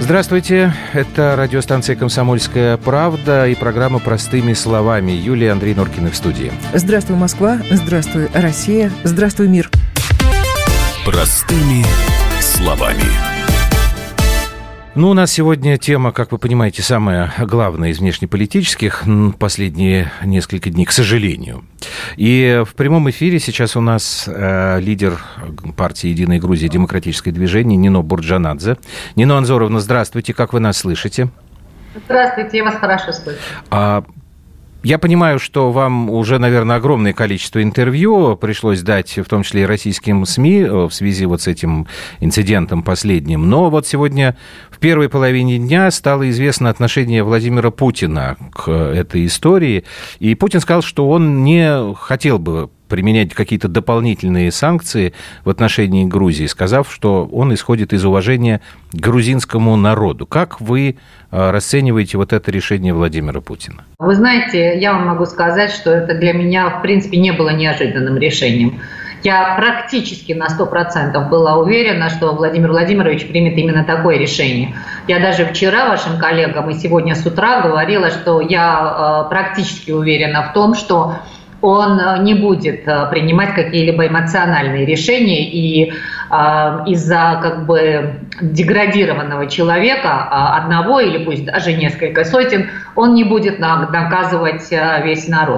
Здравствуйте, это радиостанция «Комсомольская правда» и программа «Простыми словами». Юлия, Андрей Норкины в студии. Здравствуй, Москва, здравствуй, Россия, здравствуй, мир. Простыми словами. Ну, у нас сегодня тема, как вы понимаете, самая главная из внешнеполитических последние несколько дней, к сожалению. И в прямом эфире сейчас у нас лидер партии «Единая Грузия. Демократическое движение» Нино Бурджанадзе. Нино Анзоровна, здравствуйте, как вы нас слышите? Здравствуйте, я вас хорошо слышу. Я понимаю, что вам уже, наверное, огромное количество интервью пришлось дать, в том числе и российским СМИ, в связи вот с этим инцидентом последним. Но вот сегодня в первой половине дня стало известно отношение Владимира Путина к этой истории. И Путин сказал, что он не хотел бы применять какие-то дополнительные санкции в отношении Грузии, сказав, что он исходит из уважения к грузинскому народу. Как вы расцениваете вот это решение Владимира Путина? Вы знаете, я вам могу сказать, что это для меня, в принципе, не было неожиданным решением. Я практически на 100% была уверена, что Владимир Владимирович примет именно такое решение. Я даже вчера вашим коллегам и сегодня с утра говорила, что я практически уверена в том, что он не будет принимать какие-либо эмоциональные решения, и из-за деградированного человека, одного или пусть даже несколько сотен, он не будет наказывать весь народ.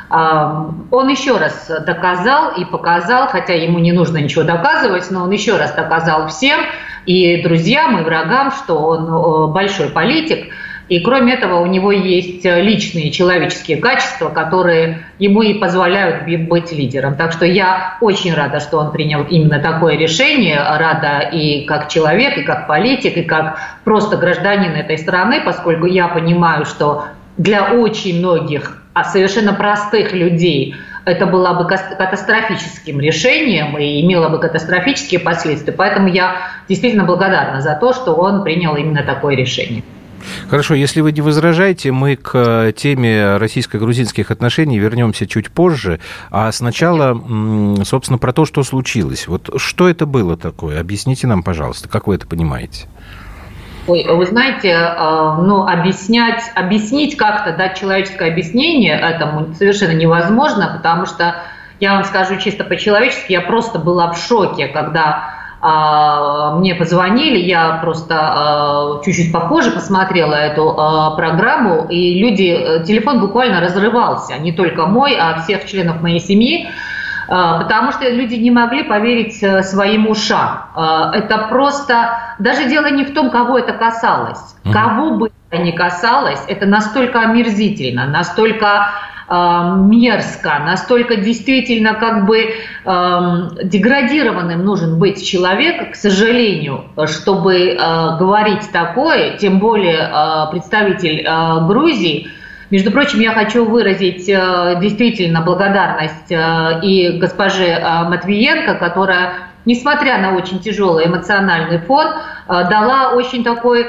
Он еще раз доказал и показал, хотя ему не нужно ничего доказывать, но он еще раз доказал всем, и друзьям, и врагам, что он большой политик. И кроме этого у него есть личные человеческие качества, которые ему и позволяют быть лидером. Так что я очень рада, что он принял именно такое решение. Рада и как человек, и как политик, и как просто гражданин этой страны, поскольку я понимаю, что для очень многих, совершенно простых людей, это было бы катастрофическим решением и имело бы катастрофические последствия. Поэтому я действительно благодарна за то, что он принял именно такое решение. Хорошо, если вы не возражаете, мы к теме российско-грузинских отношений вернемся чуть позже. А сначала, собственно, про то, что случилось. Вот что это было такое? Объясните нам, пожалуйста, как вы это понимаете? Ой, вы знаете, объяснить как-то, дать человеческое объяснение этому совершенно невозможно, потому что, я вам скажу чисто по-человечески, я просто была в шоке, когда мне позвонили, я просто чуть-чуть попозже посмотрела эту программу, и телефон буквально разрывался, не только мой, а всех членов моей семьи, потому что люди не могли поверить своим ушам. Это просто, даже дело не в том, кого это касалось, кого бы это ни касалось, это настолько омерзительно, настолько мерзко, настолько действительно деградированным нужен быть человек, к сожалению, чтобы говорить такое, тем более представитель Грузии. Между прочим, я хочу выразить действительно благодарность и госпоже Матвиенко, которая, несмотря на очень тяжелый эмоциональный фон, дала очень такой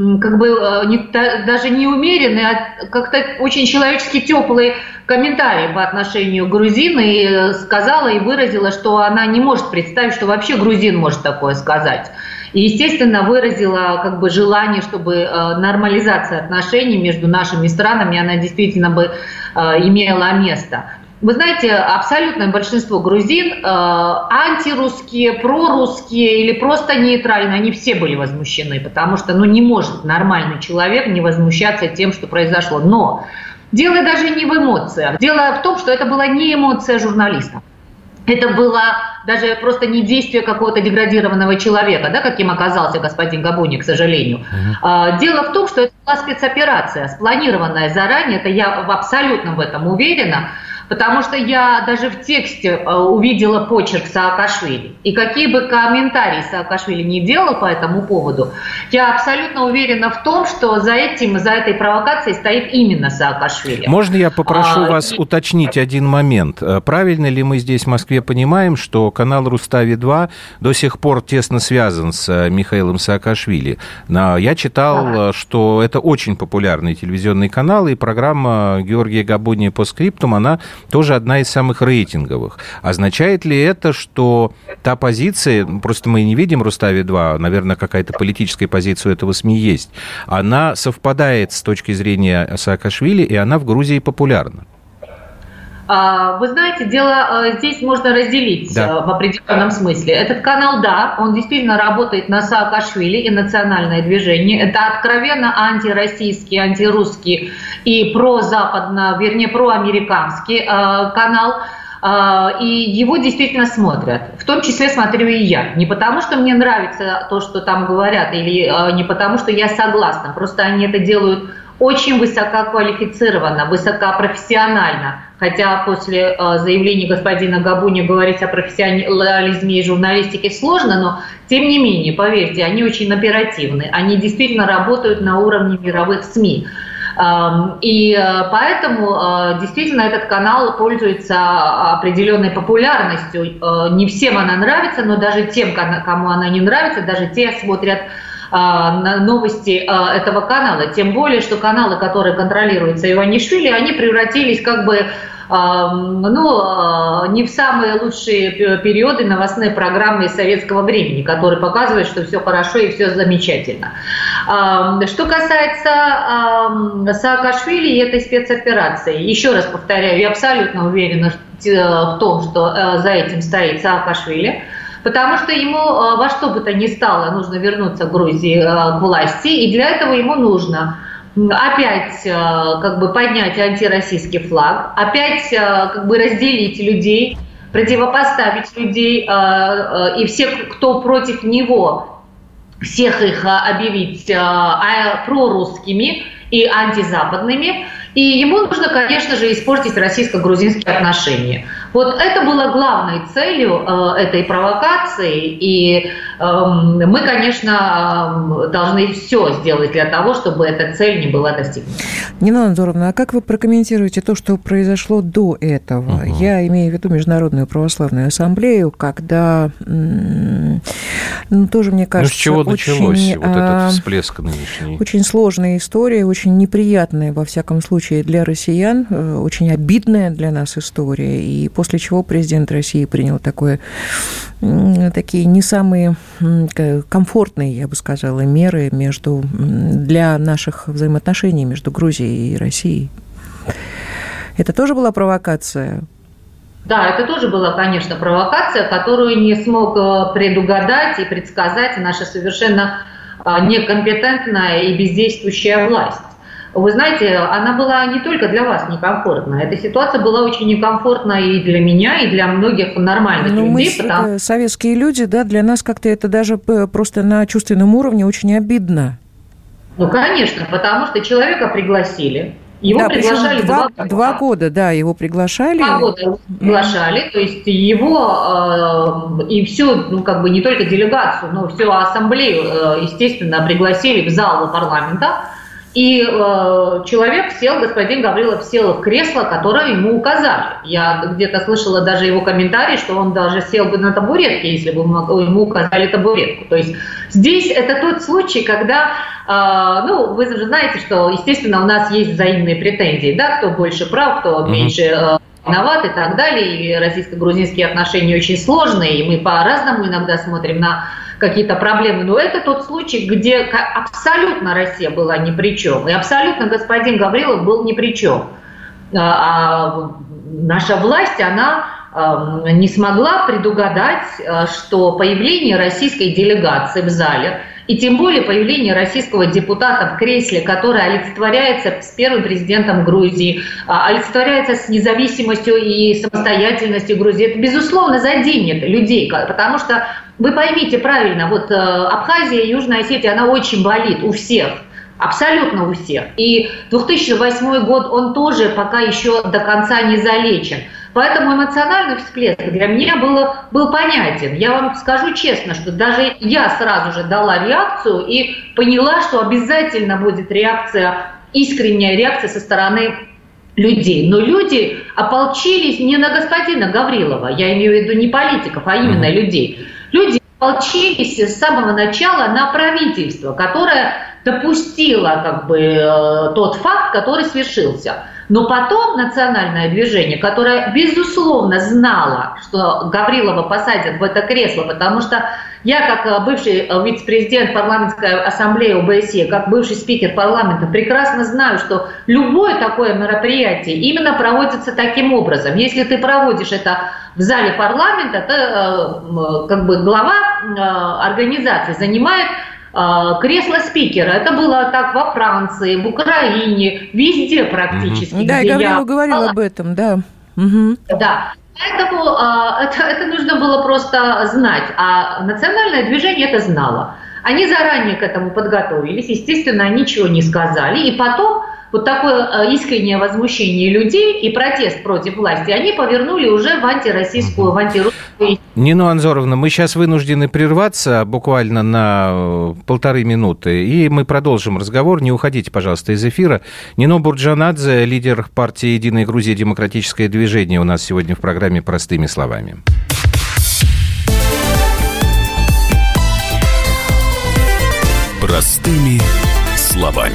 даже не умеренный, а как-то очень человечески теплый комментарий по отношению к грузин, и сказала и выразила, что она не может представить, что вообще грузин может такое сказать. И, естественно, выразила желание, чтобы нормализация отношений между нашими странами, она действительно бы имела место. Вы знаете, абсолютное большинство грузин антирусские, прорусские или просто нейтральные, они все были возмущены, потому что не может нормальный человек не возмущаться тем, что произошло. Но дело даже не в эмоциях. Дело в том, что это была не эмоция журналиста. Это было даже просто не действие какого-то деградированного человека, каким оказался господин Габуни, к сожалению. Дело в том, что это была спецоперация, спланированная заранее, это я абсолютно в этом уверена. Потому что я даже в тексте увидела почерк Саакашвили. И какие бы комментарии Саакашвили не делал по этому поводу, я абсолютно уверена в том, что за этой провокацией стоит именно Саакашвили. Можно я попрошу вас уточнить один момент? Правильно ли мы здесь в Москве понимаем, что канал «Рустави-2» до сих пор тесно связан с Михаилом Саакашвили? Я читал, что это очень популярный телевизионный канал, и программа Георгия Габуни «Постскриптум», она тоже одна из самых рейтинговых. Означает ли это, что та позиция, просто мы не видим Рустави-2, наверное, какая-то политическая позиция у этого СМИ есть, она совпадает с точки зрения Саакашвили, и она в Грузии популярна? Вы знаете, дело здесь можно разделить в определенном смысле. Этот канал, да, он действительно работает на Саакашвили и национальное движение. Это откровенно антироссийский, антирусский и прозападно, вернее, проамериканский канал. И его действительно смотрят. В том числе смотрю и я. Не потому, что мне нравится то, что там говорят, или не потому, что я согласна. Просто они это делают очень высококвалифицированно, высокопрофессионально. Хотя после заявления господина Габуни говорить о профессионализме и журналистике сложно, но тем не менее, поверьте, они очень оперативны. Они действительно работают на уровне мировых СМИ. И поэтому действительно этот канал пользуется определенной популярностью. Не всем она нравится, но даже тем, кому она не нравится, даже те смотрят на новости этого канала. Тем более, что каналы, которые контролируются Иванишвили, они превратились как бы не в самые лучшие периоды новостной программы из советского времени, которые показывают, что все хорошо и все замечательно. Что касается Саакашвили и этой спецоперации, еще раз повторяю, я абсолютно уверена в том, что за этим стоит Саакашвили, потому что ему во что бы то ни стало нужно вернуться в Грузии к власти, и для этого ему нужно опять поднять антироссийский флаг, опять разделить людей, противопоставить людей и всех, кто против него, всех их объявить прорусскими и антизападными. И ему нужно, конечно же, испортить российско-грузинские отношения. Вот это было главной целью этой провокации, и мы, конечно, должны все сделать для того, чтобы эта цель не была достигнута. Нина Анзоровна, а как вы прокомментируете то, что произошло до этого? Я имею в виду Международную православную ассамблею, когда, тоже, мне кажется, с чего началось вот этот всплеск нынешний? Очень сложная история, очень неприятная, во всяком случае, для россиян, очень обидная для нас история, и после чего президент России принял такие не самые комфортные, я бы сказала, меры для наших взаимоотношений между Грузией и Россией. Это тоже была провокация? Да, это тоже была, конечно, провокация, которую не смог предугадать и предсказать наша совершенно некомпетентная и бездействующая власть. Вы знаете, она была не только для вас некомфортна. Эта ситуация была очень некомфортна и для меня, и для многих нормальных людей. Мы советские люди, да, для нас как-то это даже просто на чувственном уровне очень обидно. Ну, конечно, потому что человека пригласили. Его приглашали 2 года, да, его приглашали. 2 года приглашали, то есть его и всю, не только делегацию, но всю ассамблею, естественно, пригласили в зал парламента. И человек сел, господин Гаврилов сел в кресло, которое ему указали. Я где-то слышала даже его комментарий, что он даже сел бы на табуретке, если бы ему указали табуретку. То есть здесь это тот случай, когда, вы же знаете, что, естественно, у нас есть взаимные претензии, да, кто больше прав, кто меньше виноват и так далее. И российско-грузинские отношения очень сложные, и мы по-разному иногда смотрим на какие-то проблемы. Но это тот случай, где абсолютно Россия была ни при чем. И абсолютно господин Гаврилов был ни при чем. А наша власть, она не смогла предугадать, что появление российской делегации в зале, и тем более появление российского депутата в кресле, который олицетворяется с первым президентом Грузии, олицетворяется с независимостью и самостоятельностью Грузии, это, безусловно, заденет людей, потому что, вы поймите правильно, вот Абхазия и Южная Осетия, она очень болит у всех. Абсолютно у всех. И 2008 год, он тоже пока еще до конца не залечен. Поэтому эмоциональный всплеск для меня был понятен. Я вам скажу честно, что даже я сразу же дала реакцию и поняла, что обязательно будет искренняя реакция со стороны людей. Но люди ополчились не на господина Гаврилова, я имею в виду не политиков, а именно людей. Люди ополчились с самого начала на правительство, которое допустила как бы тот факт, который свершился. Но потом национальное движение, которое, безусловно, знало, что Гаврилова посадят в это кресло, потому что я, как бывший вице-президент парламентской ассамблеи ОБСЕ, как бывший спикер парламента, прекрасно знаю, что любое такое мероприятие именно проводится таким образом. Если ты проводишь это в зале парламента, то как бы глава организации занимает кресло спикера. Это было так во Франции, в Украине, везде практически. Да, и Гаврилова говорила об этом, да. Да. Поэтому это нужно было просто знать. А национальное движение это знало. Они заранее к этому подготовились, естественно, ничего не сказали. И потом вот такое искреннее возмущение людей и протест против власти, они повернули уже в антироссийскую, в антирусскую. Нина Анзоровна, мы сейчас вынуждены прерваться буквально на 1,5 минуты, и мы продолжим разговор. Не уходите, пожалуйста, из эфира. Нино Бурджанадзе, лидер партии «Единая Грузия. Демократическое движение», у нас сегодня в программе «Простыми словами». Простыми словами.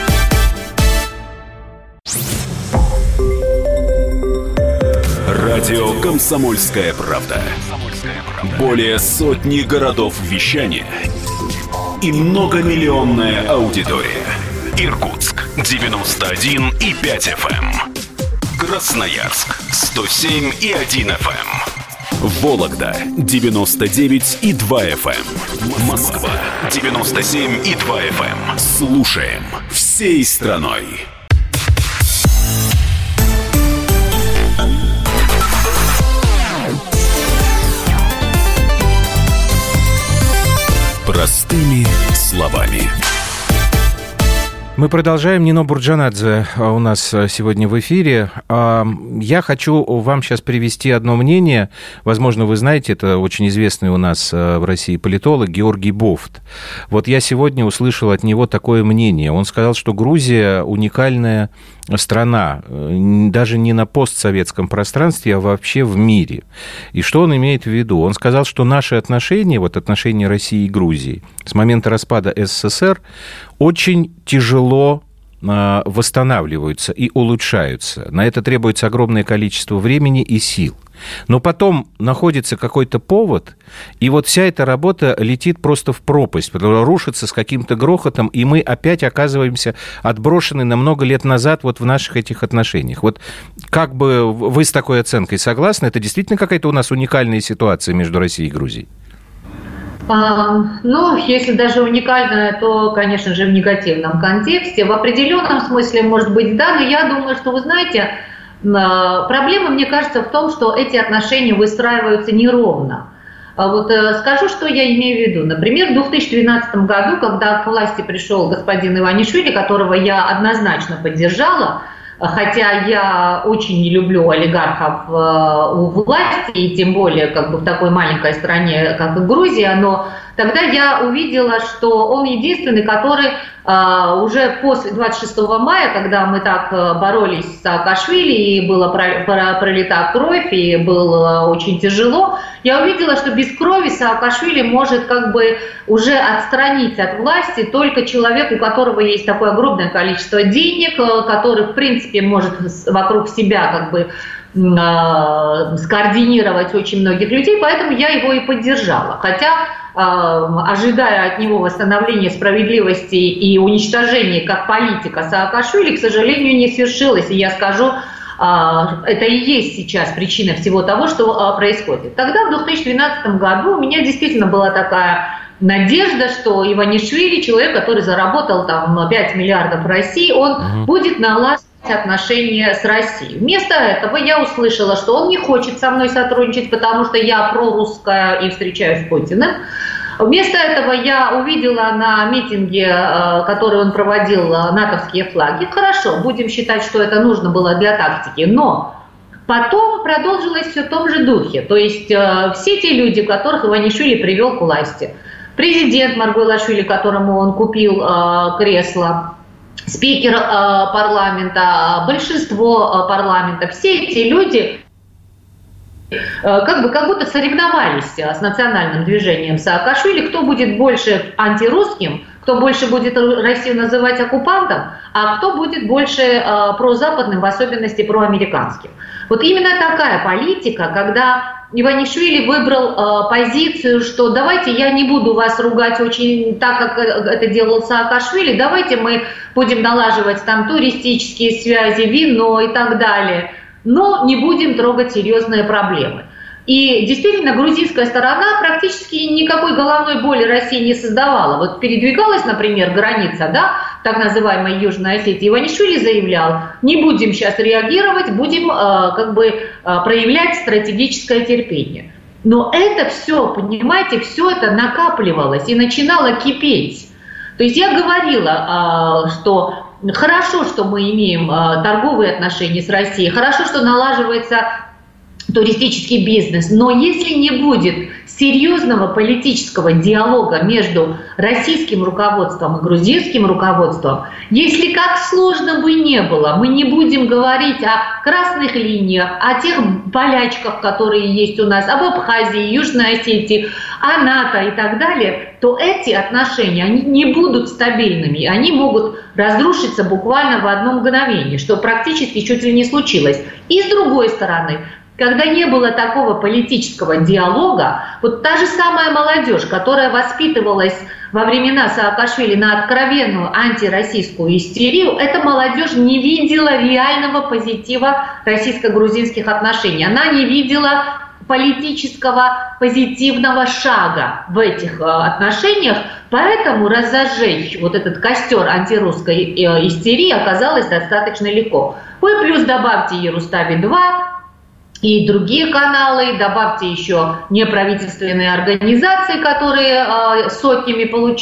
Радио «Комсомольская правда». Более сотни городов вещания и многомиллионная аудитория. Иркутск 91,5 FM. Красноярск 107,1 FM. Вологда 99,2 FM. Москва 97,2 FM. Слушаем всей страной. Простыми словами. Мы продолжаем. Нино Бурджанадзе у нас сегодня в эфире. Я хочу вам сейчас привести одно мнение. Возможно, вы знаете, это очень известный у нас в России политолог Георгий Бофт. Вот я сегодня услышал от него такое мнение. Он сказал, что Грузия уникальная страна, даже не на постсоветском пространстве, а вообще в мире. И что он имеет в виду? Он сказал, что наши отношения, вот отношения России и Грузии с момента распада СССР очень тяжело восстанавливаются и улучшаются. На это требуется огромное количество времени и сил. Но потом находится какой-то повод, и вот вся эта работа летит просто в пропасть, рушится с каким-то грохотом, и мы опять оказываемся отброшены на много лет назад вот в наших этих отношениях. Вот как бы вы с такой оценкой согласны? Это действительно какая-то у нас уникальная ситуация между Россией и Грузией? Ну, если даже уникальная, то, конечно же, в негативном контексте. В определенном смысле, может быть, да, но я думаю, что, вы знаете, проблема, мне кажется, в том, что эти отношения выстраиваются неровно. Вот скажу, что я имею в виду. Например, в 2012 году, когда к власти пришел господин Иванишвили, которого я однозначно поддержала, хотя я очень не люблю олигархов у власти, и тем более как бы в такой маленькой стране, как и Грузия, но тогда я увидела, что он единственный, который уже после 26 мая, когда мы так боролись с Саакашвили, и была пролита кровь, и было очень тяжело, я увидела, что без крови Саакашвили может как бы уже отстранить от власти только человек, у которого есть такое огромное количество денег, который, в принципе, может вокруг себя как бы скоординировать очень многих людей, поэтому я его и поддержала. Хотя, ожидая от него восстановления справедливости и уничтожения как политика Саакашвили, к сожалению, не свершилось. И я скажу, это и есть сейчас причина всего того, что происходит. Тогда, в 2012 году, у меня действительно была такая надежда, что Иванишвили, человек, который заработал там 5 миллиардов в России, он будет налаживать отношения с Россией. Вместо этого я услышала, что он не хочет со мной сотрудничать, потому что я прорусская и встречаюсь с Путиным. Вместо этого я увидела на митинге, который он проводил, натовские флаги. Хорошо, будем считать, что это нужно было для тактики, но потом продолжилось все в том же духе. То есть все те люди, которых Иванишвили привел к власти, президент Маргвелашвили, которому он купил кресло, спикер парламента, большинство парламента, все эти люди как будто соревновались с национальным движением Саакашвили, кто будет больше антирусским, кто больше будет Россию называть оккупантом, а кто будет больше прозападным, в особенности проамериканским. Вот именно такая политика, когда Иванишвили выбрал позицию, что давайте я не буду вас ругать очень так, как это делал Саакашвили, давайте мы будем налаживать там туристические связи, вино и так далее, но не будем трогать серьезные проблемы. И действительно, грузинская сторона практически никакой головной боли России не создавала. Вот передвигалась, например, граница, да, так называемой Южной Осетии, Иванишвили заявлял, не будем сейчас реагировать, будем проявлять стратегическое терпение. Но это все, понимаете, все это накапливалось и начинало кипеть. То есть я говорила, что хорошо, что мы имеем торговые отношения с Россией, хорошо, что налаживается туристический бизнес, но если не будет серьезного политического диалога между российским руководством и грузинским руководством, если как сложно бы не было, мы не будем говорить о красных линиях, о тех болячках, которые есть у нас, об Абхазии, Южной Осетии, о НАТО и так далее, то эти отношения, они не будут стабильными, они могут разрушиться буквально в одно мгновение, что практически чуть ли не случилось. И с другой стороны, когда не было такого политического диалога, вот та же самая молодежь, которая воспитывалась во времена Саакашвили на откровенную антироссийскую истерию, эта молодежь не видела реального позитива российско-грузинских отношений. Она не видела политического позитивного шага в этих отношениях, поэтому разожечь вот этот костер антирусской истерии оказалось достаточно легко. Вы плюс добавьте Ярустави-2, и другие каналы, добавьте еще неправительственные организации, которые сотни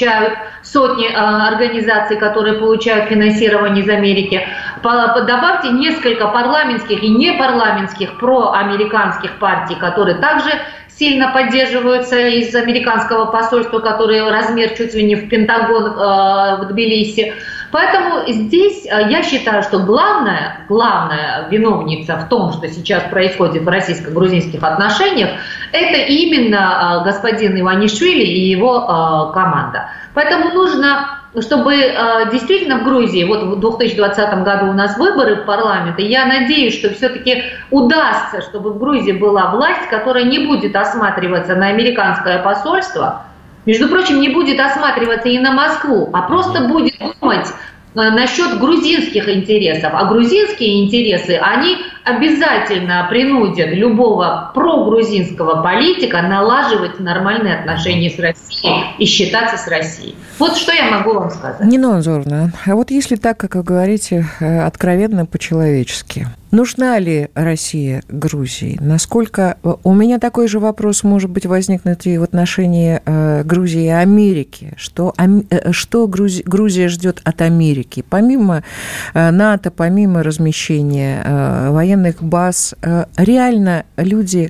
организаций, которые получают финансирование из Америки, добавьте несколько парламентских и непарламентских проамериканских партий, которые также сильно поддерживаются из американского посольства, которое размер чуть ли не в Пентагон в Тбилиси. Поэтому здесь я считаю, что главная виновница в том, что сейчас происходит в российско-грузинских отношениях, это именно господин Иванишвили и его команда. Поэтому нужно, чтобы действительно в Грузии, вот в 2020 году у нас выборы в парламент, и я надеюсь, что все-таки удастся, чтобы в Грузии была власть, которая не будет осматриваться на американское посольство, между прочим, не будет осматриваться и на Москву, а просто будет думать насчет грузинских интересов. А грузинские интересы, они обязательно принудят любого прогрузинского политика налаживать нормальные отношения с Россией и считаться с Россией. Вот что я могу вам сказать. Нина Анзоровна, а вот если так, как вы говорите, откровенно по-человечески, нужна ли Россия Грузии? Насколько... У меня такой же вопрос, может быть, возникнет и в отношении Грузии и Америки. Что Грузия ждет от Америки? Помимо НАТО, помимо размещения военных баз, реально люди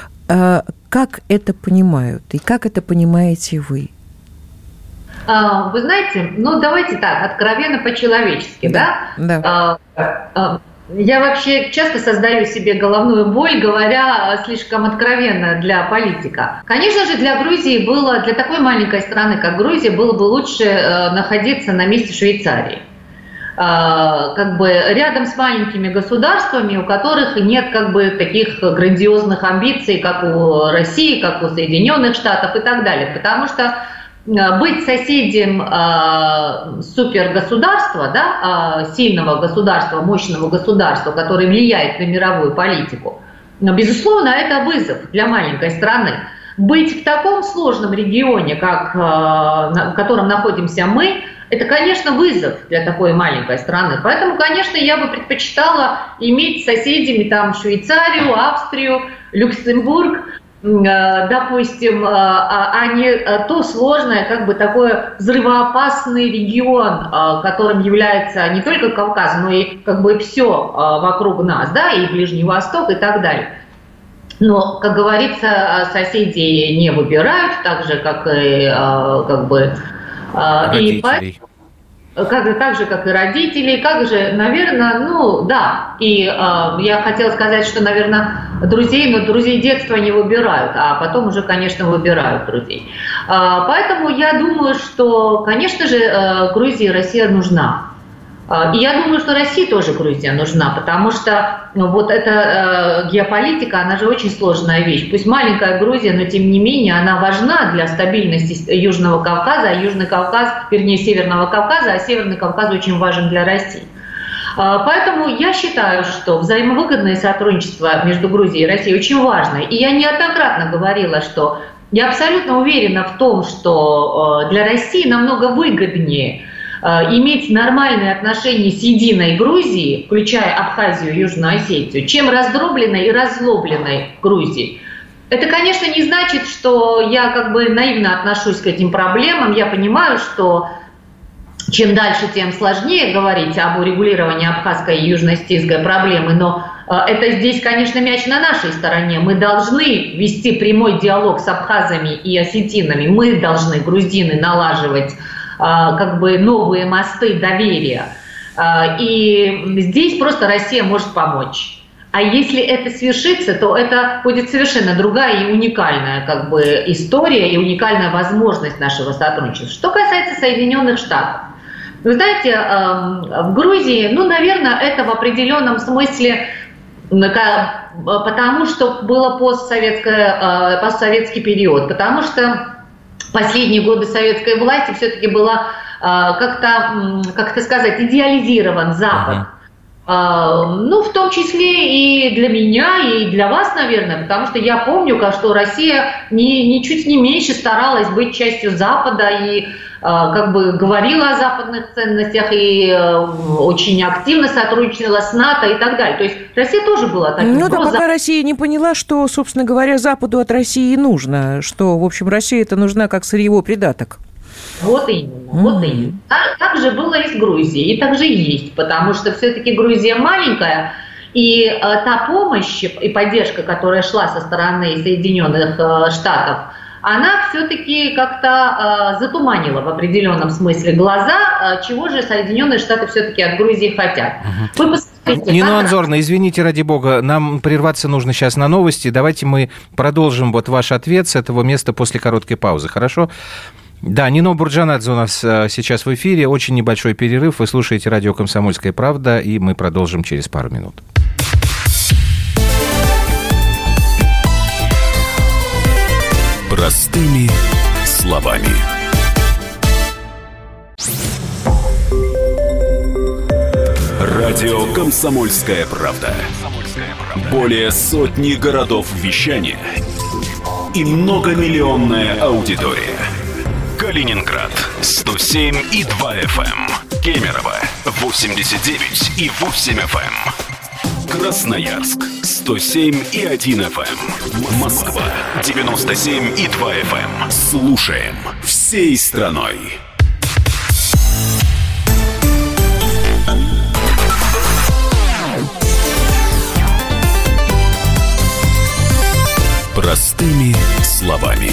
как это понимают? И как это понимаете вы? Вы знаете, давайте так, откровенно по-человечески, да? Я вообще часто создаю себе головную боль, говоря слишком откровенно для политика. Конечно же, для Грузии было, для такой маленькой страны, как Грузия, было бы лучше находиться на месте Швейцарии. Рядом с маленькими государствами, у которых нет таких грандиозных амбиций, как у России, как у Соединенных Штатов и так далее. Потому что быть соседем супергосударства, сильного государства, мощного государства, которое влияет на мировую политику, безусловно, это вызов для маленькой страны. Быть в таком сложном регионе, в котором находимся мы, это, конечно, вызов для такой маленькой страны. Поэтому, конечно, я бы предпочитала иметь соседями Швейцарию, Австрию, Люксембург, допустим, а не то сложное, такой взрывоопасный регион, которым является не только Кавказ, но и все вокруг нас, и Ближний Восток и так далее. Но, как говорится, соседи не выбирают, так же, как и родителей. Так же, как и родители, наверное, И я хотела сказать, что, наверное, друзей, но друзей детства не выбирают, а потом уже, конечно, выбирают друзей. Поэтому я думаю, что, конечно же, Грузии Россия нужна. И я думаю, что России тоже Грузия нужна, потому что вот эта геополитика, она же очень сложная вещь. Пусть маленькая Грузия, но тем не менее она важна для стабильности Южного Кавказа, а Южный Кавказ, вернее Северного Кавказа, а Северный Кавказ очень важен для России. Поэтому я считаю, что взаимовыгодное сотрудничество между Грузией и Россией очень важно. И я неоднократно говорила, что я абсолютно уверена в том, что для России намного выгоднее иметь нормальные отношения с единой Грузией, включая Абхазию и Южную Осетию, чем раздробленной и разлобленной Грузией. Это, конечно, не значит, что я как бы наивно отношусь к этим проблемам. Я понимаю, что чем дальше, тем сложнее говорить об урегулировании абхазской и южно-осетинской проблемы, но это здесь, конечно, мяч на нашей стороне. Мы должны вести прямой диалог с абхазами и осетинами. Мы должны, грузины, налаживать как бы новые мосты доверия. И здесь просто Россия может помочь. А если это свершится, то это будет совершенно другая и уникальная как бы история и уникальная возможность нашего сотрудничества. Что касается Соединенных Штатов. Вы знаете, в Грузии, наверное, это в определенном смысле, потому что было постсоветский период, потому что последние годы советской власти все-таки была как-то сказать, идеализирован Запад. В том числе и для меня, и для вас, наверное, потому что я помню, что Россия ничуть не меньше старалась быть частью Запада и как бы говорила о западных ценностях и очень активно сотрудничала с НАТО и так далее. То есть Россия тоже была таким. Пока Россия не поняла, что, собственно говоря, Западу от России нужно, что, в общем, Россия это нужна как сырьевой придаток. Вот именно. Так же было и с Грузией, и так же и есть, потому что все-таки Грузия маленькая, и та помощь и поддержка, которая шла со стороны Соединенных Штатов, она все-таки как-то затуманила в определенном смысле глаза, чего же Соединенные Штаты все-таки от Грузии хотят. Вы посмотрите. Нина Анзоровна, извините, ради бога, нам прерваться нужно сейчас на новости. Давайте мы продолжим ваш ответ с этого места после короткой паузы, хорошо? Да, Нино Бурджанадзе у нас сейчас в эфире. Очень небольшой перерыв. Вы слушаете радио «Комсомольская правда», и мы продолжим через пару минут. Простыми словами. Радио «Комсомольская правда». Более сотни городов вещания и многомиллионная аудитория. Калининград 107,2 FM, Кемерово 89,8 FM, Красноярск 107,1 FM, Москва 97,2 FM. Слушаем всей страной. Простыми словами.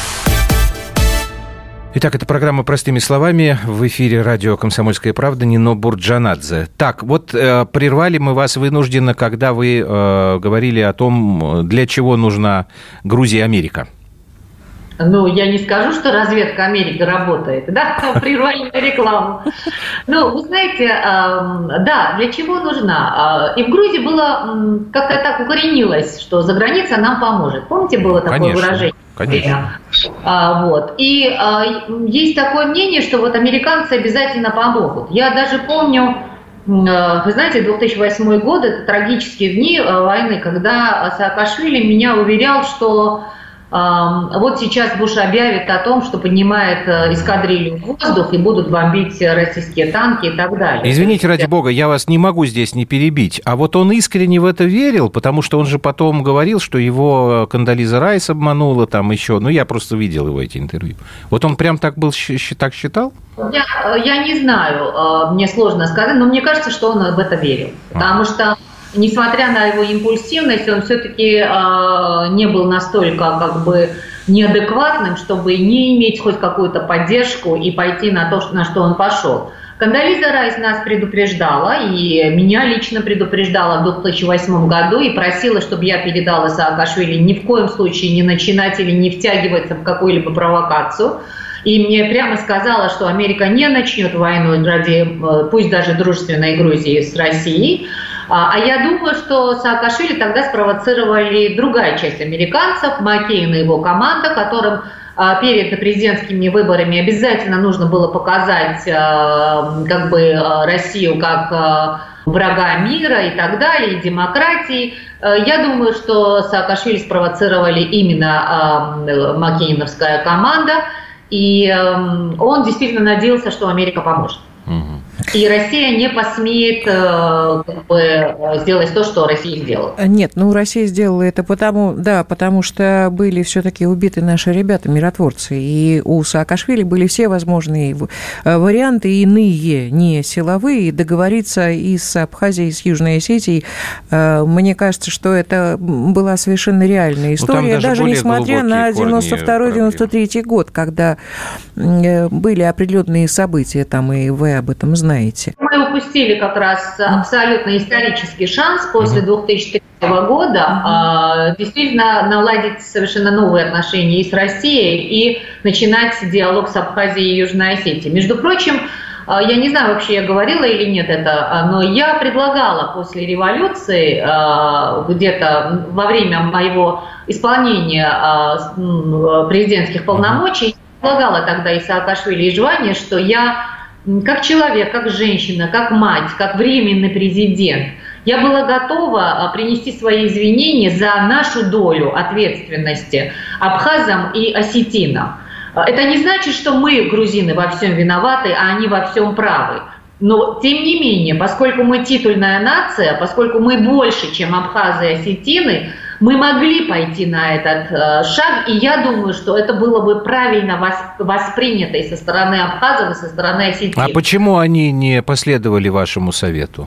Итак, это программа «Простыми словами». В эфире радио «Комсомольская правда», Нино Бурджанадзе. Так, вот прервали мы вас вынужденно, когда вы говорили о том, для чего нужна Грузия и Америка. Я не скажу, что разведка Америки работает, да, прервали рекламу. Вы знаете, да, для чего нужна? И в Грузии было, как-то так укоренилось, что за граница нам поможет. Помните, было такое выражение? Конечно. И есть такое мнение, что вот американцы обязательно помогут. Я даже помню, вы знаете, 2008 год, это трагические дни войны, когда Саакашвили меня уверял, что вот сейчас Буш объявит о том, что поднимает эскадрилью в воздух и будут бомбить российские танки и так далее. Извините, ради бога, я вас не могу здесь не перебить. А вот он искренне в это верил, потому что он же потом говорил, что его Кондолиза Райс обманула там еще. Я просто видел его эти интервью. Вот он прям так считал? Я не знаю, мне сложно сказать, но мне кажется, что он в это верил. Потому что несмотря на его импульсивность, он все-таки не был настолько неадекватным, чтобы не иметь хоть какую-то поддержку и пойти на то, на что он пошел. Кондолиза Райс нас предупреждала, и меня лично предупреждала в 2008 году и просила, чтобы я передала Саакашвили ни в коем случае не начинать или не втягиваться в какую-либо провокацию. И мне прямо сказала, что Америка не начнет войну ради, пусть даже дружественной Грузии с Россией. А я думаю, что Саакашвили тогда спровоцировали другая часть американцев, Маккейн и его команда, которым перед президентскими выборами обязательно нужно было показать Россию как врага мира и так далее, и демократии. Я думаю, что Саакашвили спровоцировали именно маккейновская команда, и он действительно надеялся, что Америка поможет. И Россия не посмеет сделать то, что Россия сделала. Нет, Россия сделала это потому что были все-таки убиты наши ребята, миротворцы. И у Саакашвили были все возможные варианты, иные, не силовые, договориться и с Абхазией, и с Южной Осетией. Мне кажется, что это была совершенно реальная история, даже несмотря на 92-93 год, когда были определенные события там, и вы об этом знаете. Мы упустили как раз абсолютно исторический шанс после 2003 года действительно наладить совершенно новые отношения и с Россией, и начинать диалог с Абхазией и Южной Осетией. Между прочим, я не знаю, вообще я говорила или нет это, но я предлагала после революции, где-то во время моего исполнения президентских полномочий, предлагала тогда и Саакашвили, и Жване, что я как человек, как женщина, как мать, как временный президент, я была готова принести свои извинения за нашу долю ответственности абхазам и осетинам. Это не значит, что мы, грузины, во всем виноваты, а они во всем правы. Но, тем не менее, поскольку мы титульная нация, поскольку мы больше, чем абхазы и осетины, мы могли пойти на этот шаг, и я думаю, что это было бы правильно воспринято и со стороны абхазов, и со стороны осетин. А почему они не последовали вашему совету?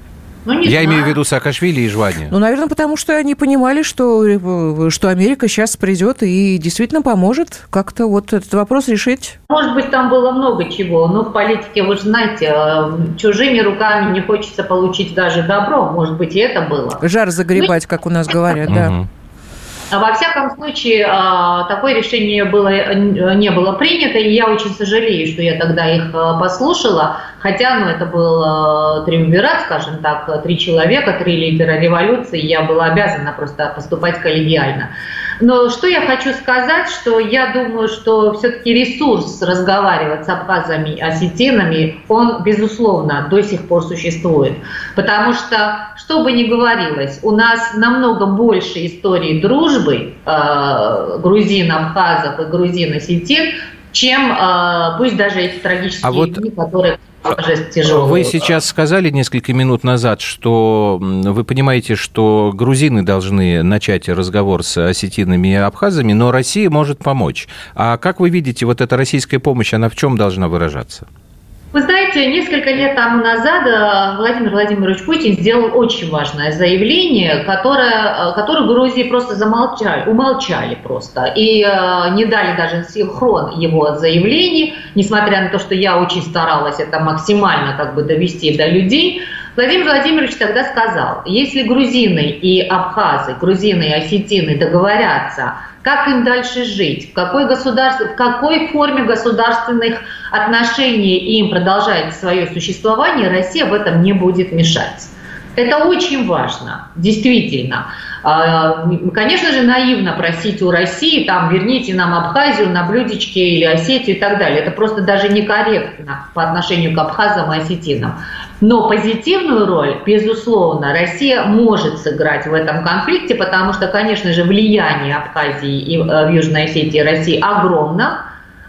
Я имею в виду Саакашвили и Жване. Наверное, потому что они понимали, что Америка сейчас придет и действительно поможет как-то вот этот вопрос решить. Может быть, там было много чего, но в политике, вы же знаете, чужими руками не хочется получить даже добро. Может быть, и это было. Жар загребать, как у нас говорят, да. Во всяком случае, такое решение не было принято, и я очень сожалею, что я тогда их послушала, хотя это был триумвират, скажем так, 3 человека, 3 лидера революции, я была обязана просто поступать коллегиально. Но что я хочу сказать, что я думаю, что все-таки ресурс разговаривать с абхазами и осетинами, он, безусловно, до сих пор существует. Потому что бы ни говорилось, у нас намного больше истории дружбы грузин, абхазов и грузин, осетин, чем пусть даже эти трагические дни, которые... Вы сейчас сказали несколько минут назад, что вы понимаете, что грузины должны начать разговор с осетинами и абхазами, но Россия может помочь. А как вы видите, вот эта российская помощь, она в чем должна выражаться? Вы знаете, несколько лет тому назад Владимир Владимирович Путин сделал очень важное заявление, которое в Грузии просто умолчали просто. И не дали даже синхрон его заявлений, несмотря на то, что я очень старалась это максимально довести до людей. Владимир Владимирович тогда сказал, если грузины и абхазы, грузины и осетины договорятся, как им дальше жить, в какой форме государственных отношений им продолжать свое существование, Россия в этом не будет мешать. Это очень важно, действительно. Конечно же, наивно просить у России, верните нам Абхазию на блюдечке или Осетию и так далее. Это просто даже некорректно по отношению к абхазам и осетинам. Но позитивную роль, безусловно, Россия может сыграть в этом конфликте, потому что, конечно же, влияние Абхазии и в Южной Осетии России огромно.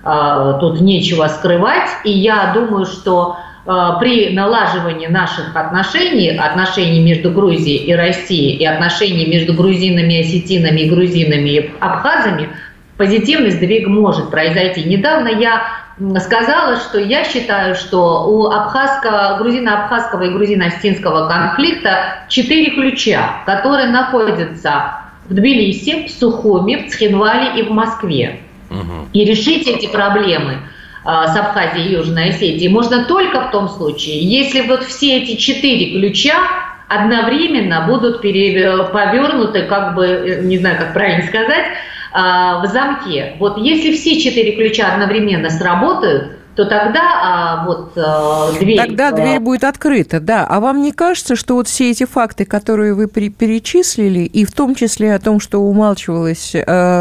Тут нечего скрывать. И я думаю, что при налаживании наших отношений между Грузией и Россией и отношений между грузинами, осетинами, грузинами и абхазами, позитивный сдвиг может произойти. Недавно я сказала, что я считаю, что у грузино-абхазского и грузино-осетинского конфликта 4 ключа, которые находятся в Тбилиси, в Сухуми, в Цхинвале и в Москве. И решить эти проблемы с Абхазией и Южной Осетией можно только в том случае, если вот все эти 4 ключа одновременно будут повернуты, как бы, не знаю, как правильно сказать, в замке. Вот если все 4 ключа одновременно сработают, то тогда дверь... Тогда дверь будет открыта, да. А вам не кажется, что вот все эти факты, которые вы перечислили, и в том числе о том, что умалчивалось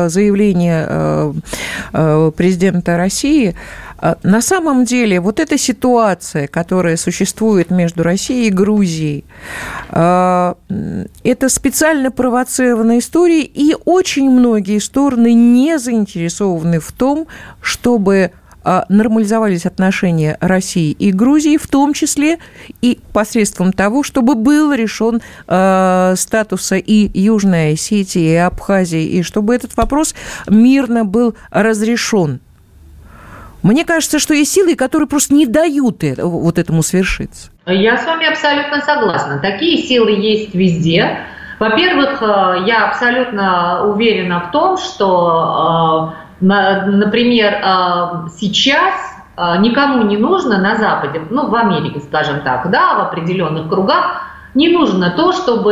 заявление президента России, на самом деле вот эта ситуация, которая существует между Россией и Грузией, это специально провоцированная история, и очень многие стороны не заинтересованы в том, чтобы нормализовались отношения России и Грузии, в том числе и посредством того, чтобы был решен статус и Южной Осетии, и Абхазии, и чтобы этот вопрос мирно был разрешен. Мне кажется, что есть силы, которые просто не дают вот этому свершиться. Я с вами абсолютно согласна. Такие силы есть везде. Во-первых, я абсолютно уверена в том, что, например, сейчас никому не нужно на Западе, в Америке, скажем так, да, в определенных кругах, не нужно то, чтобы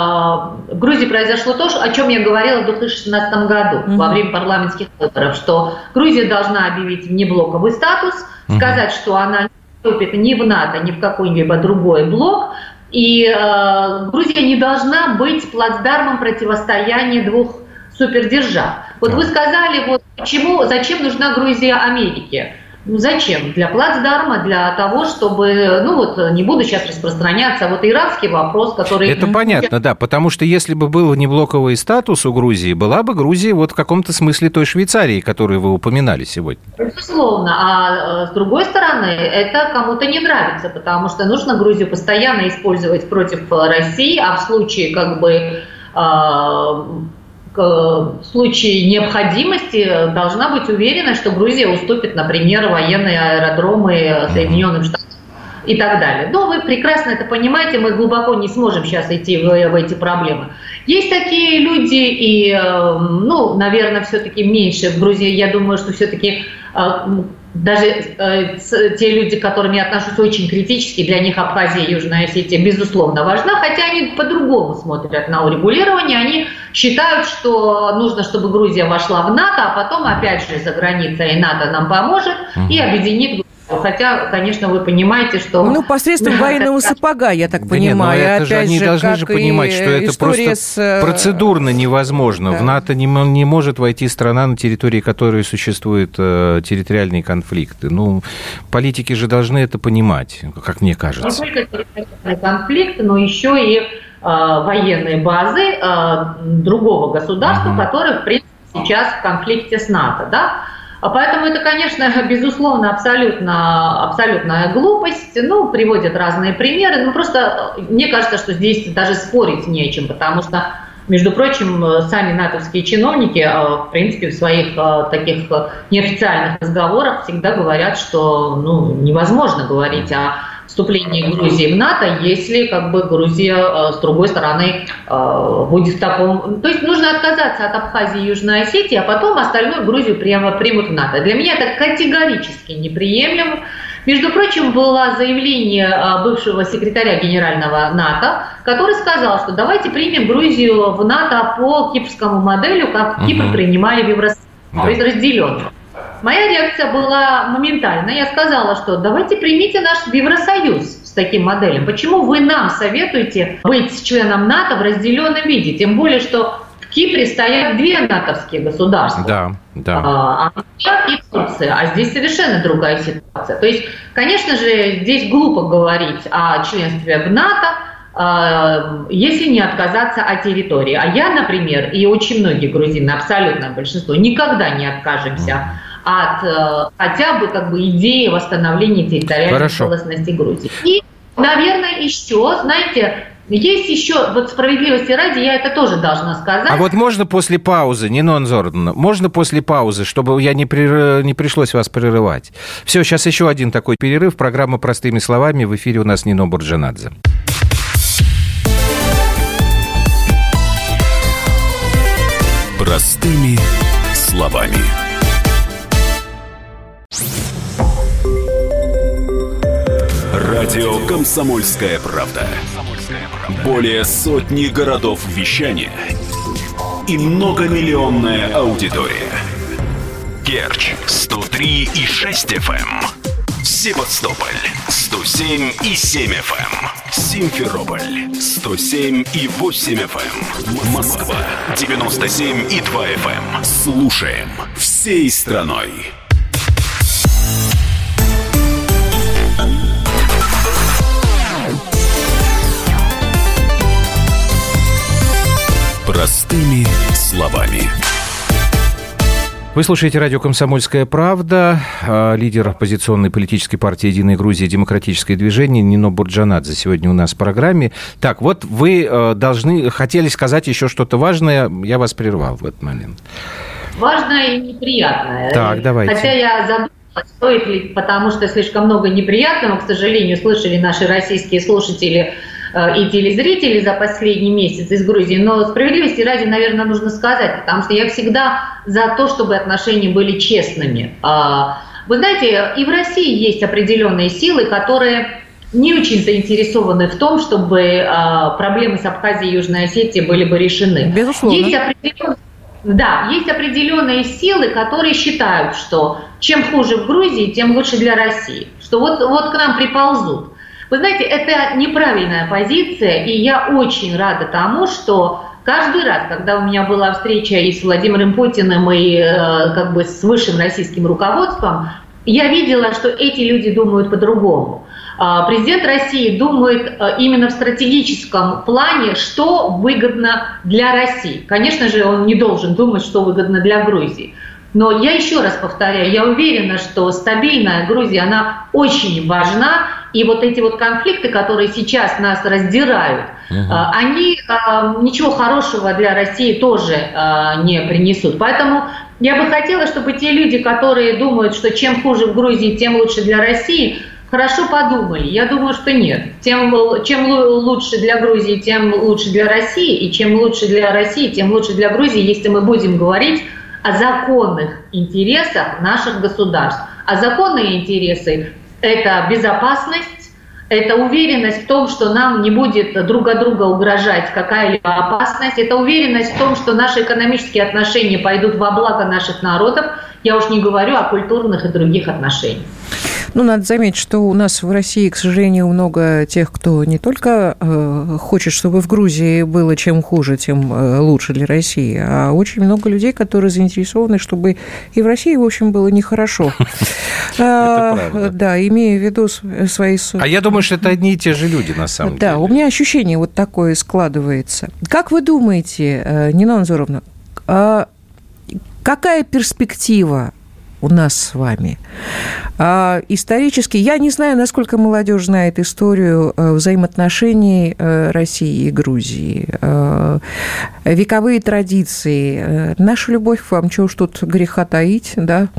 в Грузии произошло то, о чем я говорила в 2016 году во время парламентских выборов, что Грузия должна объявить внеблоковый статус, сказать, что она не вступит ни в НАТО, ни в какой-либо другой блок, и Грузия не должна быть плацдармом противостояния двух супердержав. Вот вы сказали, зачем нужна Грузия Америке? Зачем? Для плацдарма, для того, чтобы, не буду сейчас распространяться, иранский вопрос, который... Это понятно, да, потому что если бы был внеблоковый статус у Грузии, была бы Грузия в каком-то смысле той Швейцарии, которую вы упоминали сегодня. Безусловно, а с другой стороны, это кому-то не нравится, потому что нужно Грузию постоянно использовать против России, а в случае в случае необходимости должна быть уверена, что Грузия уступит, например, военные аэродромы Соединенным Штатам и так далее. Но вы прекрасно это понимаете, мы глубоко не сможем сейчас идти в эти проблемы. Есть такие люди, и, наверное, все-таки меньше в Грузии. Я думаю, что все-таки даже те люди, к которым я отношусь очень критически, для них Абхазия и Южная Осетия, безусловно, важна, хотя они по-другому смотрят на урегулирование. Они считают, что нужно, чтобы Грузия вошла в НАТО, а потом, опять же, за границей НАТО нам поможет и объединит. Хотя, конечно, вы понимаете, что... посредством военного сапога, я так понимаю. Это же они должны же понимать, что это просто процедурно невозможно. В НАТО не может войти страна, на территории которой существуют территориальные конфликты. Политики же должны это понимать, как мне кажется. Не только территориальный конфликт, но еще и военные базы другого государства, которые, в принципе, сейчас в конфликте с НАТО, да? Поэтому это, конечно, безусловно, абсолютная глупость. Приводят разные примеры. Просто мне кажется, что здесь даже спорить не о чем, потому что, между прочим, сами натовские чиновники, в принципе, в своих таких неофициальных разговорах всегда говорят, что невозможно говорить о вступлении Грузии в НАТО, если Грузия, с другой стороны, будет в таком... То есть нужно отказаться от Абхазии и Южной Осетии, а потом остальную Грузию прямо примут в НАТО. Для меня это категорически неприемлемо. Между прочим, было заявление бывшего секретаря генерального НАТО, который сказал, что давайте примем Грузию в НАТО по кипрскому моделю, как Кипр принимали в Евросоюз, то есть разделенно. Моя реакция была моментальная. Я сказала, что давайте примите наш Евросоюз с таким моделем. Почему вы нам советуете быть членом НАТО в разделенном виде? Тем более, что в Кипре стоят 2 натовские государства. Да. И Турция. А здесь совершенно другая ситуация. То есть, конечно же, здесь глупо говорить о членстве в НАТО, если не отказаться от территории. А я, например, и очень многие грузины, абсолютное большинство, никогда не откажемся от хотя бы идеи восстановления территориальной целостности Грузии. И, наверное, еще, знаете, есть еще, справедливости ради, я это тоже должна сказать. А можно после паузы, Нина Анзоровна, можно после паузы, чтобы я не пришлось вас прерывать. Все, сейчас еще один такой перерыв. Программа «Простыми словами». В эфире у нас Нино Бурджанадзе. Простыми словами. Радио «Комсомольская правда». Более сотни городов вещания и многомиллионная аудитория. Керчь 103,6 FM, Севастополь 107,7 FM, Симферополь 107,8 FM, Москва 97,2 FM. Слушаем всей страной. Простыми словами. Вы слушаете радио «Комсомольская правда». Лидер оппозиционной политической партии «Единая Грузия. Демократическое движение» Нино Бурджанадзе сегодня у нас в программе. Так, вот вы хотели сказать еще что-то важное. Я вас прервал в этот момент. Важное и неприятное. Так, давайте. Хотя я задумалась, стоит ли, потому что слишком много неприятного, к сожалению, слышали наши российские слушатели и телезрители за последний месяц из Грузии. Но справедливости ради, наверное, нужно сказать, потому что я всегда за то, чтобы отношения были честными. Вы знаете, и в России есть определенные силы, которые не очень заинтересованы в том, чтобы проблемы с Абхазией и Южной Осетией были бы решены. Безусловно. Есть определенные силы, которые считают, что чем хуже в Грузии, тем лучше для России. Что вот к нам приползут. Вы знаете, это неправильная позиция, и я очень рада тому, что каждый раз, когда у меня была встреча и с Владимиром Путиным, и с высшим российским руководством, я видела, что эти люди думают по-другому. Президент России думает именно в стратегическом плане, что выгодно для России. Конечно же, он не должен думать, что выгодно для Грузии. Но я еще раз повторяю, я уверена, что стабильная Грузия, она очень важна. И вот эти вот конфликты, которые сейчас нас раздирают, они ничего хорошего для России тоже не принесут. Поэтому я бы хотела, чтобы те люди, которые думают, что чем хуже в Грузии, тем лучше для России, хорошо подумали. Я думаю, что нет. Чем лучше для Грузии, тем лучше для России. И чем лучше для России, тем лучше для Грузии, если мы будем говорить о законных интересах наших государств. А законные интересы – это безопасность, это уверенность в том, что нам не будет друг от друга угрожать какая-либо опасность, это уверенность в том, что наши экономические отношения пойдут во благо наших народов. Я уж не говорю о культурных и других отношениях. Надо заметить, что у нас в России, к сожалению, много тех, кто не только хочет, чтобы в Грузии было чем хуже, тем лучше для России, а очень много людей, которые заинтересованы, чтобы и в России, в общем, было нехорошо. Это правда. Да, имея в виду свои... А я думаю, что это одни и те же люди, на самом деле. Да, у меня ощущение вот такое складывается. Как вы думаете, Нина Анзоровна, какая перспектива у нас с вами? Исторически, я не знаю, насколько молодежь знает историю взаимоотношений России и Грузии, вековые традиции, наша любовь к вам, чего уж тут греха таить, да?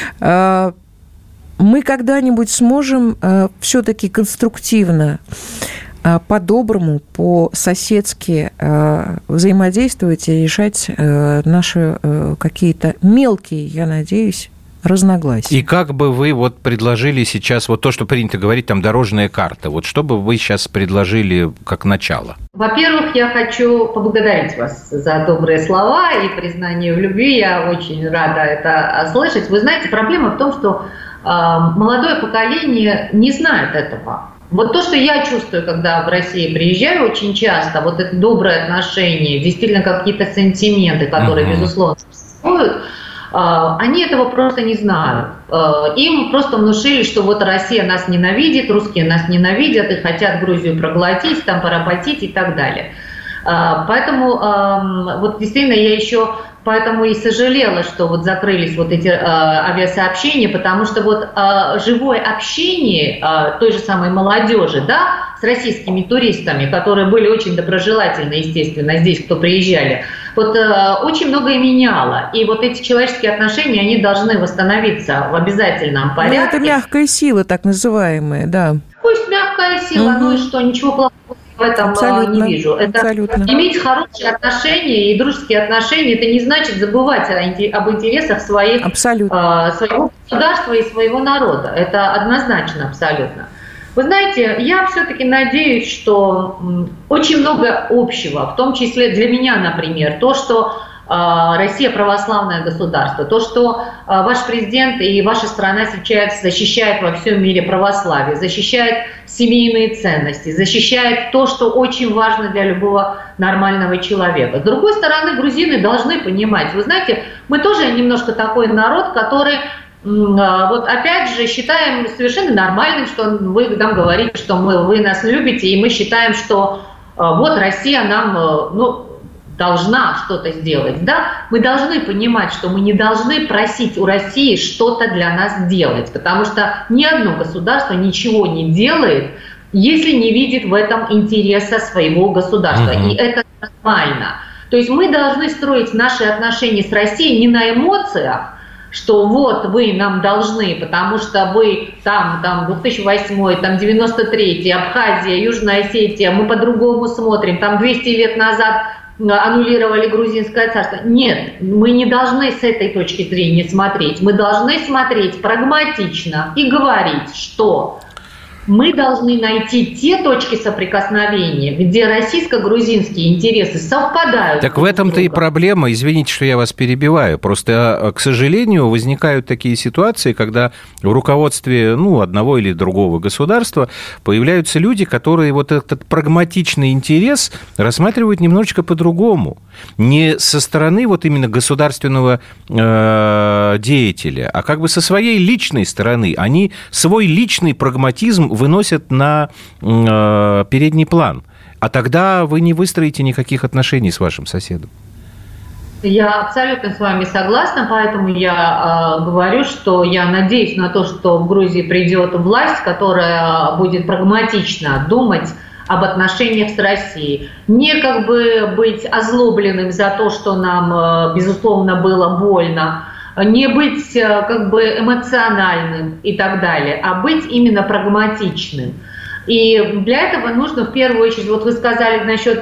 Мы когда-нибудь сможем все-таки конструктивно, по-доброму, по-соседски взаимодействовать и решать наши какие-то мелкие, я надеюсь, разногласия. И как бы вы вот предложили сейчас, вот то, что принято говорить, там, дорожная карта, вот что бы вы сейчас предложили как начало? Во-первых, я хочу поблагодарить вас за добрые слова и признание в любви. Я очень рада это слышать. Вы знаете, проблема в том, что молодое поколение не знает этого. Вот то, что я чувствую, когда в России приезжаю очень часто, вот это доброе отношение, действительно какие-то сантименты, которые, безусловно, существуют, они этого просто не знают. Им просто внушили, что вот Россия нас ненавидит, русские нас ненавидят и хотят Грузию проглотить, там поработить и так далее. Поэтому вот действительно я еще поэтому и сожалела, что вот закрылись вот эти авиасообщения, потому что вот живое общение той же самой молодежи, да, с российскими туристами, которые были очень доброжелательны, естественно, здесь, кто приезжали, вот очень многое меняло. И вот эти человеческие отношения, они должны восстановиться в обязательном порядке. Это мягкая сила, так называемая, да. Пусть мягкая сила, ну и что, ничего плохого в этом абсолютно, не вижу. Это абсолютно. Иметь хорошие отношения и дружеские отношения, это не значит забывать об интересах своего государства и своего народа. Это однозначно абсолютно. Вы знаете, я все-таки надеюсь, что очень много общего, в том числе для меня, например, то, что Россия православное государство, то, что ваш президент и ваша страна сейчас защищает во всем мире православие, защищает семейные ценности, защищает то, что очень важно для любого нормального человека. С другой стороны, грузины должны понимать, вы знаете, мы тоже немножко такой народ, который, вот опять же, считаем совершенно нормальным, что вы нам говорите, что вы нас любите, и мы считаем, что вот Россия нам, должна что-то сделать, да? Мы должны понимать, что мы не должны просить у России что-то для нас делать, потому что ни одно государство ничего не делает, если не видит в этом интереса своего государства, и это нормально. То есть мы должны строить наши отношения с Россией не на эмоциях, что вот вы нам должны, потому что вы там 2008, там 93-й, Абхазия, Южная Осетия, мы по-другому смотрим, там 200 лет назад аннулировали грузинское царство. Нет, мы не должны с этой точки зрения смотреть. Мы должны смотреть прагматично и говорить, что мы должны найти те точки соприкосновения, где российско-грузинские интересы совпадают. Так в этом-то и проблема. Извините, что я вас перебиваю. Просто, к сожалению, возникают такие ситуации, когда в руководстве одного или другого государства появляются люди, которые вот этот прагматичный интерес рассматривают немножечко по-другому. Не со стороны вот именно государственного деятеля, а как бы со своей личной стороны. Они свой личный прагматизм выносят на передний план. А тогда вы не выстроите никаких отношений с вашим соседом. Я абсолютно с вами согласна, поэтому я говорю, что я надеюсь на то, что в Грузии придет власть, которая будет прагматично думать об отношениях с Россией. Не как бы быть озлобленным за то, что нам, безусловно, было больно, не быть как бы эмоциональным и так далее, а быть именно прагматичным. И для этого нужно в первую очередь, вот вы сказали насчет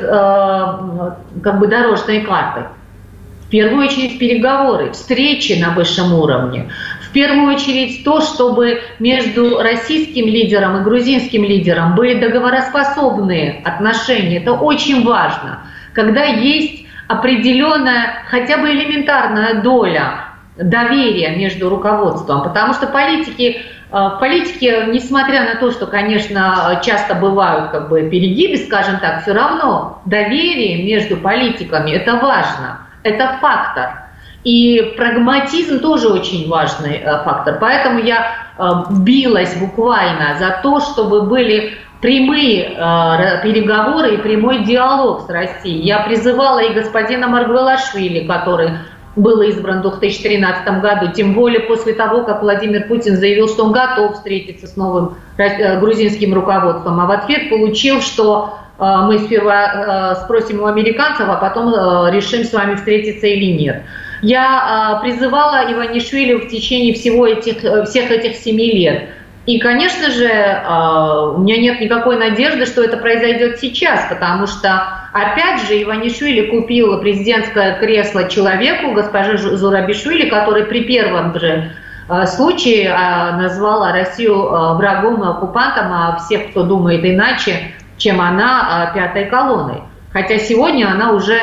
как бы дорожной карты, в первую очередь переговоры, встречи на высшем уровне, в первую очередь то, чтобы между российским лидером и грузинским лидером были договороспособные отношения. Это очень важно, когда есть определенная, хотя бы элементарная доля доверия между руководством, потому что в политике, несмотря на то, что, конечно, часто бывают как бы перегибы, скажем так, все равно доверие между политиками – это важно, это фактор. И прагматизм тоже очень важный фактор. Поэтому я билась буквально за то, чтобы были прямые переговоры и прямой диалог с Россией. Я призывала и господина Маргвелашвили, который был избран в 2013 году, тем более после того, как Владимир Путин заявил, что он готов встретиться с новым грузинским руководством, а в ответ получил, что мы сперва спросим у американцев, а потом решим с вами встретиться или нет. Я призывала Иванишвили в течение всех этих 7 лет. И, конечно же, у меня нет никакой надежды, что это произойдет сейчас, потому что, опять же, Иванишвили купил президентское кресло человеку, госпоже Зурабишвили, который при первом же случае назвал Россию врагом, оккупантом, а всех, кто думает иначе, чем она, пятой колонной. Хотя сегодня она уже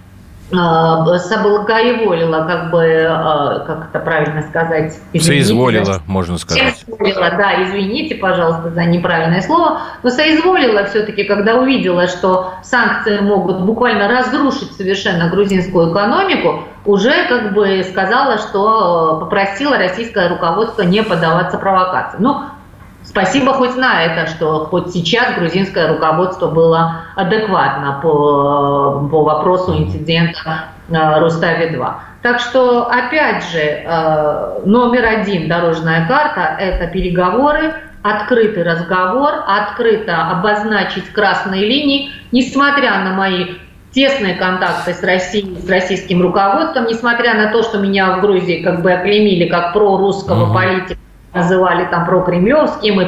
соблаговолила, как бы, как это правильно сказать? Соизволила, можно сказать. Соизволила, да, извините, пожалуйста, за неправильное слово, но соизволила все-таки, когда увидела, что санкции могут буквально разрушить совершенно грузинскую экономику, уже как бы сказала, что попросила российское руководство не поддаваться провокации. Спасибо хоть на это, что хоть сейчас грузинское руководство было адекватно по вопросу инцидента Рустави-2. Так что, опять же, номер 1 дорожная карта – это переговоры, открытый разговор, открыто обозначить красные линии, несмотря на мои тесные контакты с Россией, с российским руководством, несмотря на то, что меня в Грузии как бы оклеймили как прорусского политика, называли там прокремлевским и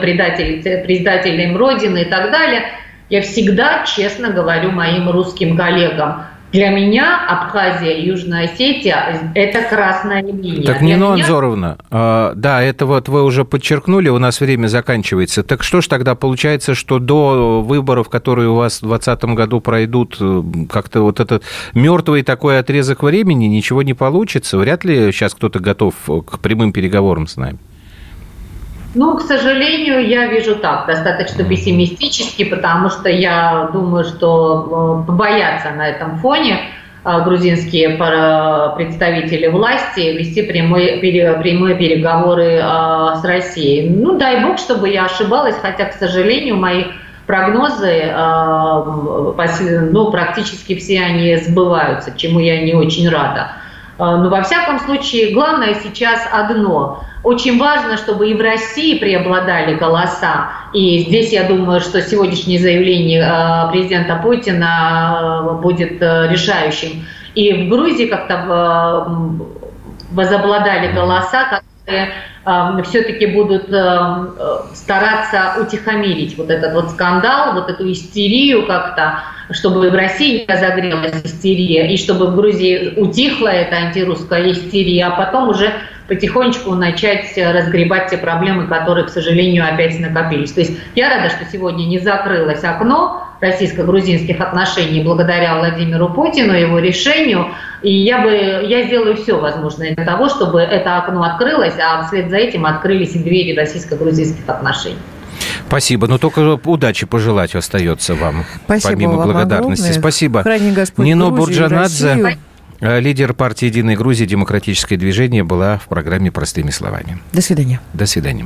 предателем Родины и так далее. Я всегда честно говорю моим русским коллегам, Для меня Абхазия и Южная Осетия – это красная линия. Так, Нина Анзоровна, да, это вот вы уже подчеркнули, у нас время заканчивается. Так что ж тогда получается, что до выборов, которые у вас в 2020 году пройдут, как-то вот этот мертвый такой отрезок времени, ничего не получится? Вряд ли сейчас кто-то готов к прямым переговорам с нами? Ну, к сожалению, я вижу так, достаточно пессимистически, потому что я думаю, что побоятся на этом фоне грузинские представители власти вести прямые переговоры с Россией. Ну, дай бог, чтобы я ошибалась, хотя, к сожалению, мои прогнозы, практически все они сбываются, чему я не очень рада. Но, во всяком случае, главное сейчас одно. Очень важно, чтобы и в России преобладали голоса. И здесь, я думаю, что сегодняшнее заявление президента Путина будет решающим. И в Грузии как-то возобладали голоса, которые все-таки будут стараться утихомирить вот этот вот скандал, вот эту истерию как-то, чтобы в России не разогрелась истерия, и чтобы в Грузии утихла эта антирусская истерия, а потом уже потихонечку начать разгребать те проблемы, которые, к сожалению, опять накопились. То есть я рада, что сегодня не закрылось окно российско-грузинских отношений благодаря Владимиру Путину, его решению. И я сделаю все возможное для того, чтобы это окно открылось, а вслед за этим открылись и двери российско-грузинских отношений. Спасибо. Но только удачи пожелать остается вам. Спасибо помимо вам благодарности. Огромное. Спасибо. Храни Господь Нино Грузию, Бурджанадзе, Россию. лидер партии «Единая Грузия», демократическое движение, была в программе «Простыми словами». До свидания. До свидания.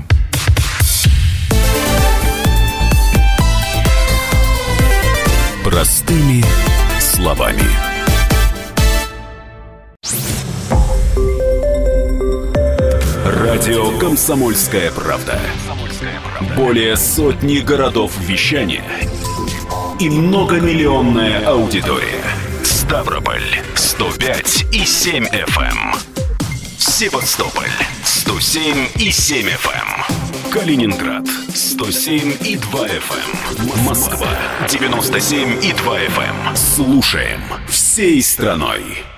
Простыми словами. Радио «Комсомольская правда». Более сотни городов вещания и многомиллионная аудитория. Ставрополь 105,7 FM. Севастополь 107,7 FM. Калининград 107,2 FM. Москва 97,2 FM. Слушаем всей страной.